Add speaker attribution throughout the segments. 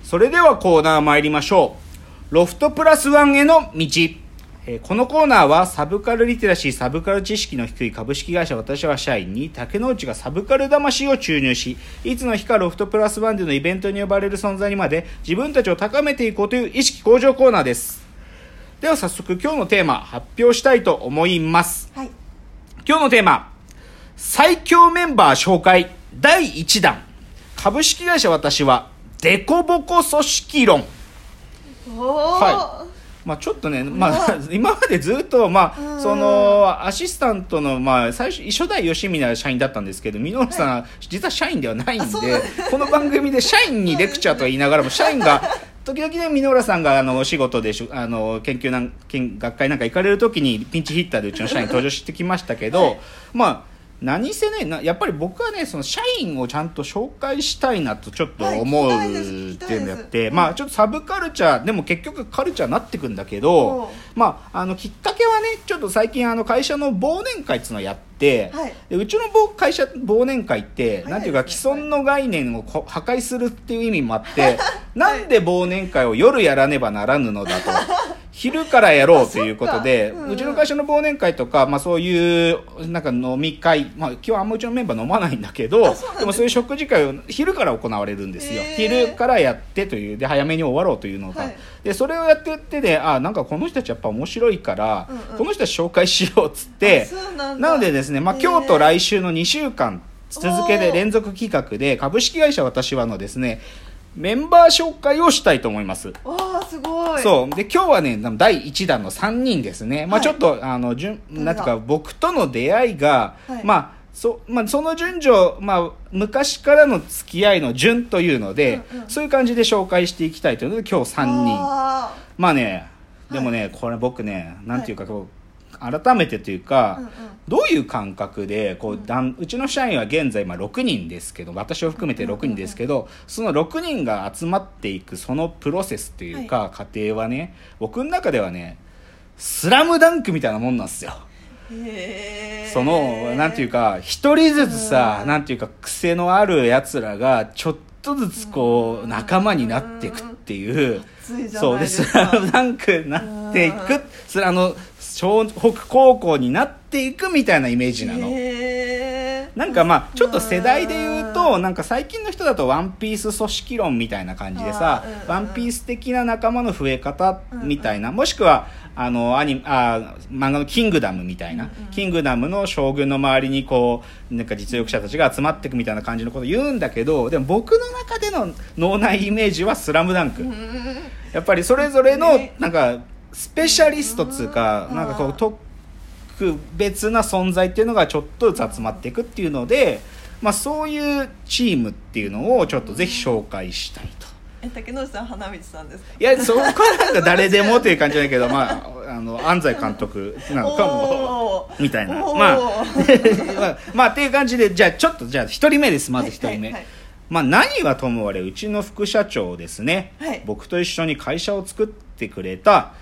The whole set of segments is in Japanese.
Speaker 1: それではコーナー参りましょう。ロフトプラスワンへの道。このコーナーはサブカルリテラシー、サブカル知識の低い株式会社私は社員に竹之内がサブカル魂を注入し、いつの日かロフトプラスワンでのイベントに呼ばれる存在にまで自分たちを高めていこうという意識向上コーナーです。では早速今日のテーマ発表したいと思います。
Speaker 2: はい、
Speaker 1: 今日のテーマ、最強メンバー紹介第1弾、株式会社私はデコボコ組織論。はい。ちょっとね、今までずっと、その、アシスタントの、最初、初代吉見な社員だったんですけど、箕浦さんは、実は社員ではないんで、この番組で社員にレクチャーと言いながらも、社員が、時々ね、箕浦さんが、お仕事で、研究学会なんか行かれるときに、ピンチヒッターでうちの社員登場してきましたけど、何せね、やっぱり僕はね、その社員をちゃんと紹介したいなとちょっと思うっていうのやって、ちょっとサブカルチャー、でも結局カルチャーになってくんだけど、きっかけはね、ちょっと最近会社の忘年会っていうのをやって、でうちの会社忘年会って、なんていうか既存の概念を破壊するっていう意味もあって、なんで忘年会を夜やらねばならぬのだと。昼からやろうということで、うちの会社の忘年会とか、そういうなんか飲み会、今日はあんまうちのメンバー飲まないんだけど、でもそういう食事会を昼から行われるんですよ。昼からやってというで早めに終わろうというのが、でそれをやってってで、なんかこの人たちやっぱ面白いから、この人たち紹介しようっつって、なのでですね、今日と来週の2週間続けて連続企画で株式会社私はのですね、メンバー紹介をしたいと思います。
Speaker 2: わあ、すごい。
Speaker 1: そう。で、今日はね、第1弾の3人ですね。ちょっと、なんていうか、僕との出会いが、その順序、昔からの付き合いの順というので、そういう感じで紹介していきたいというので、今日3人。でもね、これ僕ね、なんていうか、改めてというか、どういう感覚でうちの社員は現在6人ですけど、私を含めて6人ですけど、その6人が集まっていくそのプロセスというか、過程はね、僕の中ではね、スラムダンクみたいなもんなんですよ。そのなんていうか、一人ずつさ、なんていうか癖のあるやつらがちょっとずつ仲間になっていくっていう、そうでスラムダンクになっていく、湘北高校になっていくみたいなイメージなの。なんかちょっと世代で言うと、なんか最近の人だとワンピース組織論みたいな感じでさ、ワンピース的な仲間の増え方みたいな、もしくは漫画のキングダムみたいな、キングダムの将軍の周りになんか実力者たちが集まっていくみたいな感じのことを言うんだけど、でも僕の中での脳内イメージはスラムダンク。やっぱりそれぞれのなんかスペシャリストつうか、なんか特別な存在っていうのがちょっとずつ集まっていくっていうので、そういうチームっていうのをちょっとぜひ紹介したいと。
Speaker 2: 竹野内さん、花道さんですか？
Speaker 1: いや、そこはなんか誰でもという感じじゃないけど、安西監督なのかもみたいな、っていう感じで、じゃあ1人目です。まず1人目、何はともあれうちの副社長ですね、僕と一緒に会社を作ってくれた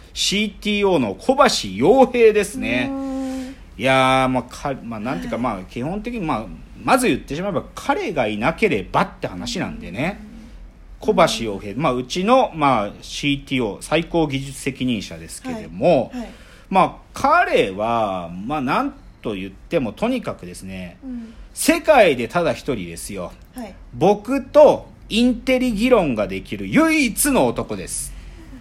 Speaker 1: CTO の小橋洋平ですね。いやー、なんていうか、基本的にまず言ってしまえば彼がいなければって話なんでね。小橋洋平、うちの、CTO 最高技術責任者ですけれども、彼はなんと言ってもとにかくですね、世界でただ一人ですよ、僕とインテリ議論ができる唯一の男です。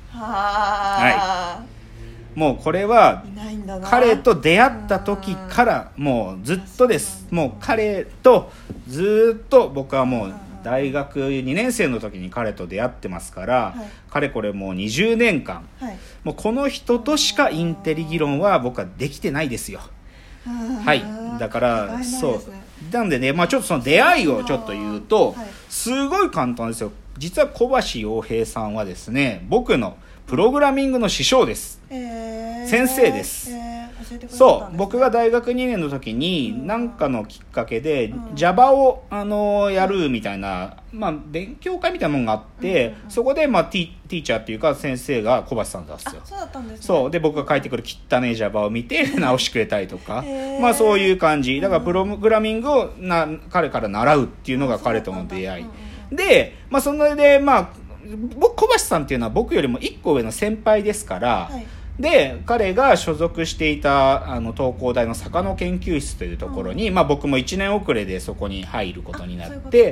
Speaker 1: もうこれは彼と出会った時からもうずっとです。もう彼とずっと僕はもう大学2年生の時に彼と出会ってますから、かれこれもう20年間、もうこの人としかインテリ議論は僕はできてないですよ。だからそうなんでね、ちょっとその出会いをちょっと言うと、すごい簡単ですよ。実は小橋洋平さんはですね、僕のプログラミングの師匠です。先生です。そう、僕が大学2年の時に何かのきっかけで Java をやるみたいな、勉強会みたいなものがあって、そこでティーチャーっていうか先生が小橋さんだったんですよ。
Speaker 2: そうだったんですね。
Speaker 1: そうで、僕が書いてくる汚ね Java を見て直してくれたりとか、そういう感じだから、プログラミングを彼から習うっていうのが彼との出会いで、それで小橋さんっていうのは僕よりも1個上の先輩ですから、
Speaker 2: はい、
Speaker 1: で彼が所属していた東工大の坂野研究室というところに、僕も1年遅れでそこに入ることになって、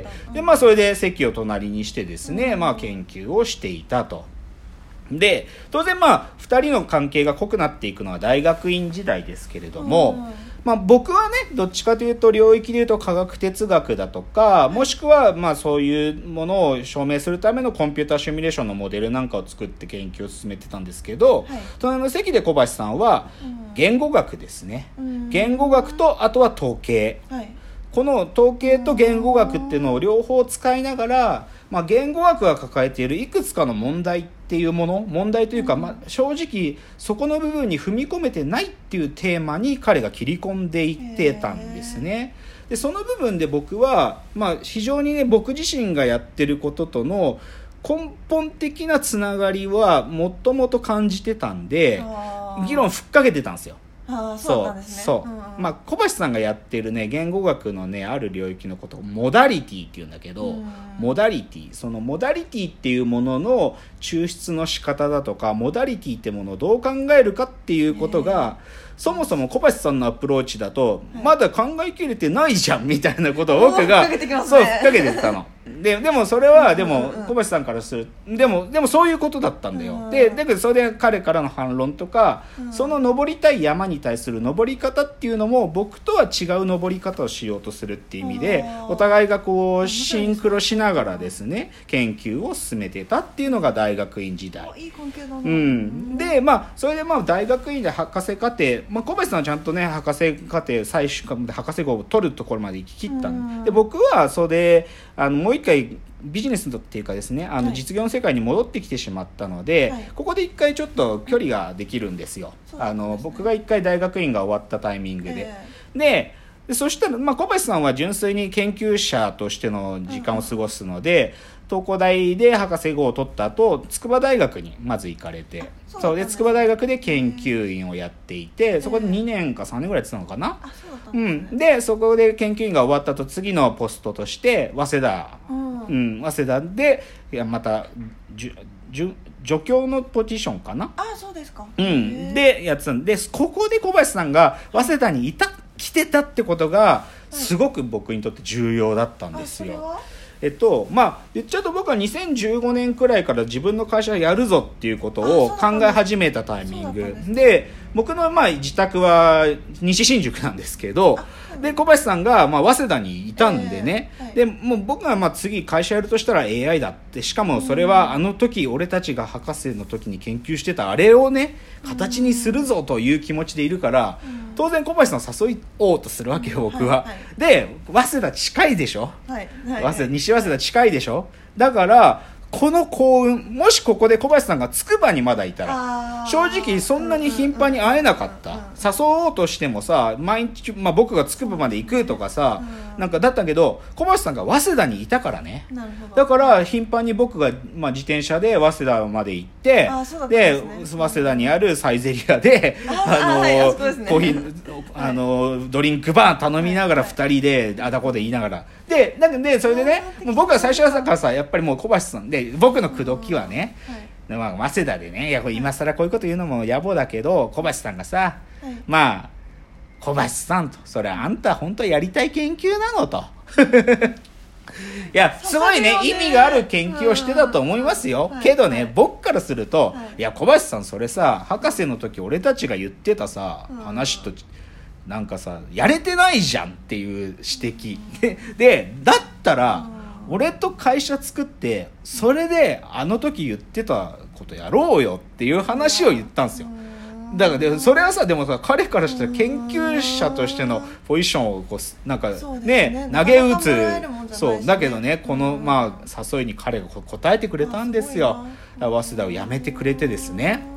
Speaker 1: でそれで席を隣にしてですね、研究をしていたと。で当然2人の関係が濃くなっていくのは大学院時代ですけれども、僕はねどっちかというと領域でいうと科学哲学だとか、もしくはそういうものを証明するためのコンピューターシミュレーションのモデルなんかを作って研究を進めてたんですけど、隣の席で小橋さんは言語学ですね、言語学とあとは統計、この統計と言語学っていうのを両方使いながら、言語学が抱えているいくつかの問題っていうもの、問題というか、正直そこの部分に踏み込めてないっていうテーマに彼が切り込んでいってたんですね。でその部分で僕は、非常にね僕自身がやってることとの根本的なつながりはもともと感じてたんで、議論ふっかけてたんですよ。
Speaker 2: そうなんですね。
Speaker 1: 小橋さんがやってるね言語学のねある領域のことをモダリティっていうんだけど、モダリティ、そのモダリティっていうものの抽出の仕方だとか、モダリティってものをどう考えるかっていうことが、そもそも小橋さんのアプローチだと、まだ考えきれてないじゃんみたいなことを僕がふっかけてたの。でもそれはでも小橋さんからするでもそういうことだったんだよ。でだけどそれで彼からの反論とか、その登りたい山に対する登り方っていうのも僕とは違う登り方をしようとするっていう意味で、お互いがこうシンクロしながらですね研究を進めてたっていうのが大学院時代。
Speaker 2: いい関係だな。
Speaker 1: でそれで大学院で博士課程、小橋さんはちゃんとね博士課程最終科で博士号を取るところまで行き切ったんで、僕はそれでもう一回ビジネスっていうかですね実業の世界に戻ってきてしまったので、ここで一回ちょっと距離ができるんですよ。僕が一回大学院が終わったタイミングで、でそしたら小橋さんは純粋に研究者としての時間を過ごすので、東工大で博士号を取った後筑波大学にまず行かれて、そうで筑波大学で研究員をやっていて、そこで2年か3年ぐらいやってたのかな。でそこで研究員が終わった後次のポストとして早稲田、早稲田でまた助教のポジションかな。
Speaker 2: そうですか。
Speaker 1: でやってたんで、ここで小橋さんが早稲田に来てたってことがすごく僕にとって重要だったんですよ。言っちゃうと僕は2015年くらいから自分の会社やるぞっていうことを考え始めたタイミングで、僕の自宅は西新宿なんですけど、で小橋さんが早稲田にいたんでね、でもう僕が次会社やるとしたら AI だって、しかもそれはあの時俺たちが博士の時に研究してたあれをね形にするぞという気持ちでいるから、当然小橋さんを誘おうとするわけよ僕は。で早稲田近いでしょ、西早稲田近いでしょ。だからこの幸運、もしここで小橋さんが筑波にまだいたら正直そんなに頻繁に会えなかった、誘おうとしてもさ毎日、僕が筑波まで行くとかさ、なんかだったけど小橋さんが早稲田にいたからね。だから頻繁に僕が、自転車で早稲田まで行って、で早稲田にあるサイゼリアでコーヒードリンクバー頼みながら2人であだこで言いながらでそれでね、もう僕は最初はからさやっぱりもう小橋さんで僕の口説きはね、早稲田でね、いやこれ今更こういうこと言うのも野暮だけど小橋さんがさ、小橋さんと、それあんた本当はやりたい研究なのといやすごいね意味がある研究をしてたと思いますよ、けどね僕からすると、いや小橋さんそれさ博士の時俺たちが言ってたさ、話となんかさやれてないじゃんっていう指摘でだったら俺と会社作ってそれであの時言ってたことやろうよっていう話を言ったんですよ。だからそれはさでもさ彼からしたら研究者としてのポジションをこうなんかね投げ打つ、そうだけどねこの誘いに彼が答えてくれたんですよ。早稲田を辞めてくれてですね。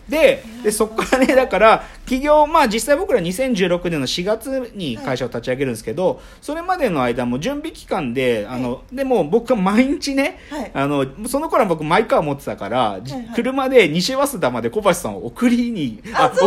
Speaker 1: でそこからね、だから企業、まあ実際僕ら2016年の4月に会社を立ち上げるんですけど、それまでの間も準備期間ででも僕は毎日ね、その頃は僕マイカー持ってたから、車で西早稲田まで小橋さんを送り迎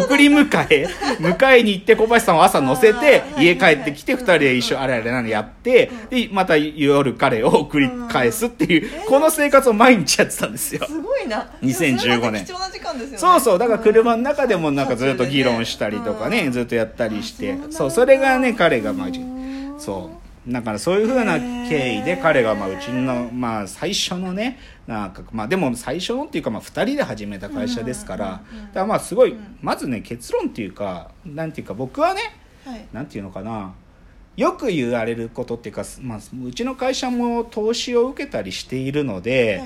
Speaker 1: えに行って、小橋さんを朝乗せて家帰ってきて2人で一緒あれあれなんでやって、でまた夜彼を送り返すっていうこの生活を毎日やってたんですよ。
Speaker 2: すごいな。
Speaker 1: 2015年。
Speaker 2: 貴重な時間ですよね。
Speaker 1: そうだから車の中でもなんかずっと議論したりとかね、ずっとやったりして、それがね彼がだからそういう風な経緯で彼がうちの最初のね、なんかでも最初のっていうか2人で始めた会社ですから、だからすごいまずね結論っていうかなんていうか、僕はね、なんていうのかな、よく言われることっていうか、うちの会社も投資を受けたりしているので、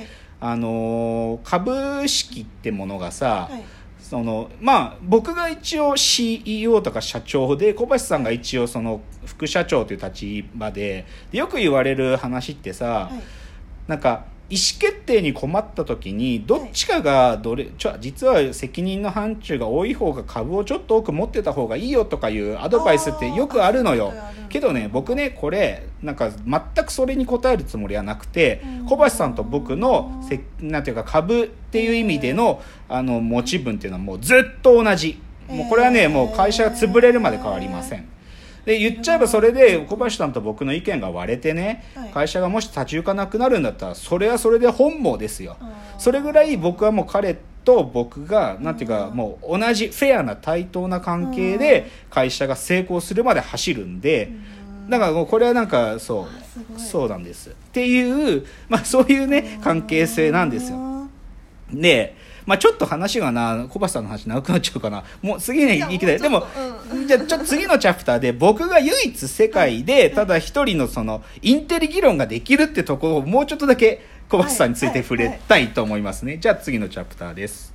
Speaker 1: 株式ってものがさ、僕が一応 CEO とか社長で、小橋さんが一応その副社長という立場で、よく言われる話ってさ、なんか意思決定に困った時にどっちかが実は責任の範疇が多い方が株をちょっと多く持ってた方がいいよとかいうアドバイスってよくあるのよ。けどね、僕ねこれなんか全くそれに応えるつもりはなくて、小橋さんと僕のなんていうか株っていう意味での持ち分っていうのはもうずっと同じ。もうこれはねもう会社が潰れるまで変わりません。で言っちゃえばそれで小橋さんと僕の意見が割れてね、会社がもし立ち行かなくなるんだったらそれはそれで本望ですよ。それぐらい僕はもう彼と僕がなんていうかもう同じフェアな対等な関係で会社が成功するまで走るんで、だからもうこれはなんかそうなんですっていう、そういうね関係性なんですよ。でちょっと話が小橋さんの話長くなっちゃうかな。もう次に行きたい。でも、じゃあちょっと次のチャプターで僕が唯一世界でただ一人のそのインテリ議論ができるってところをもうちょっとだけ小橋さんについて触れたいと思いますね。じゃあ次のチャプターです。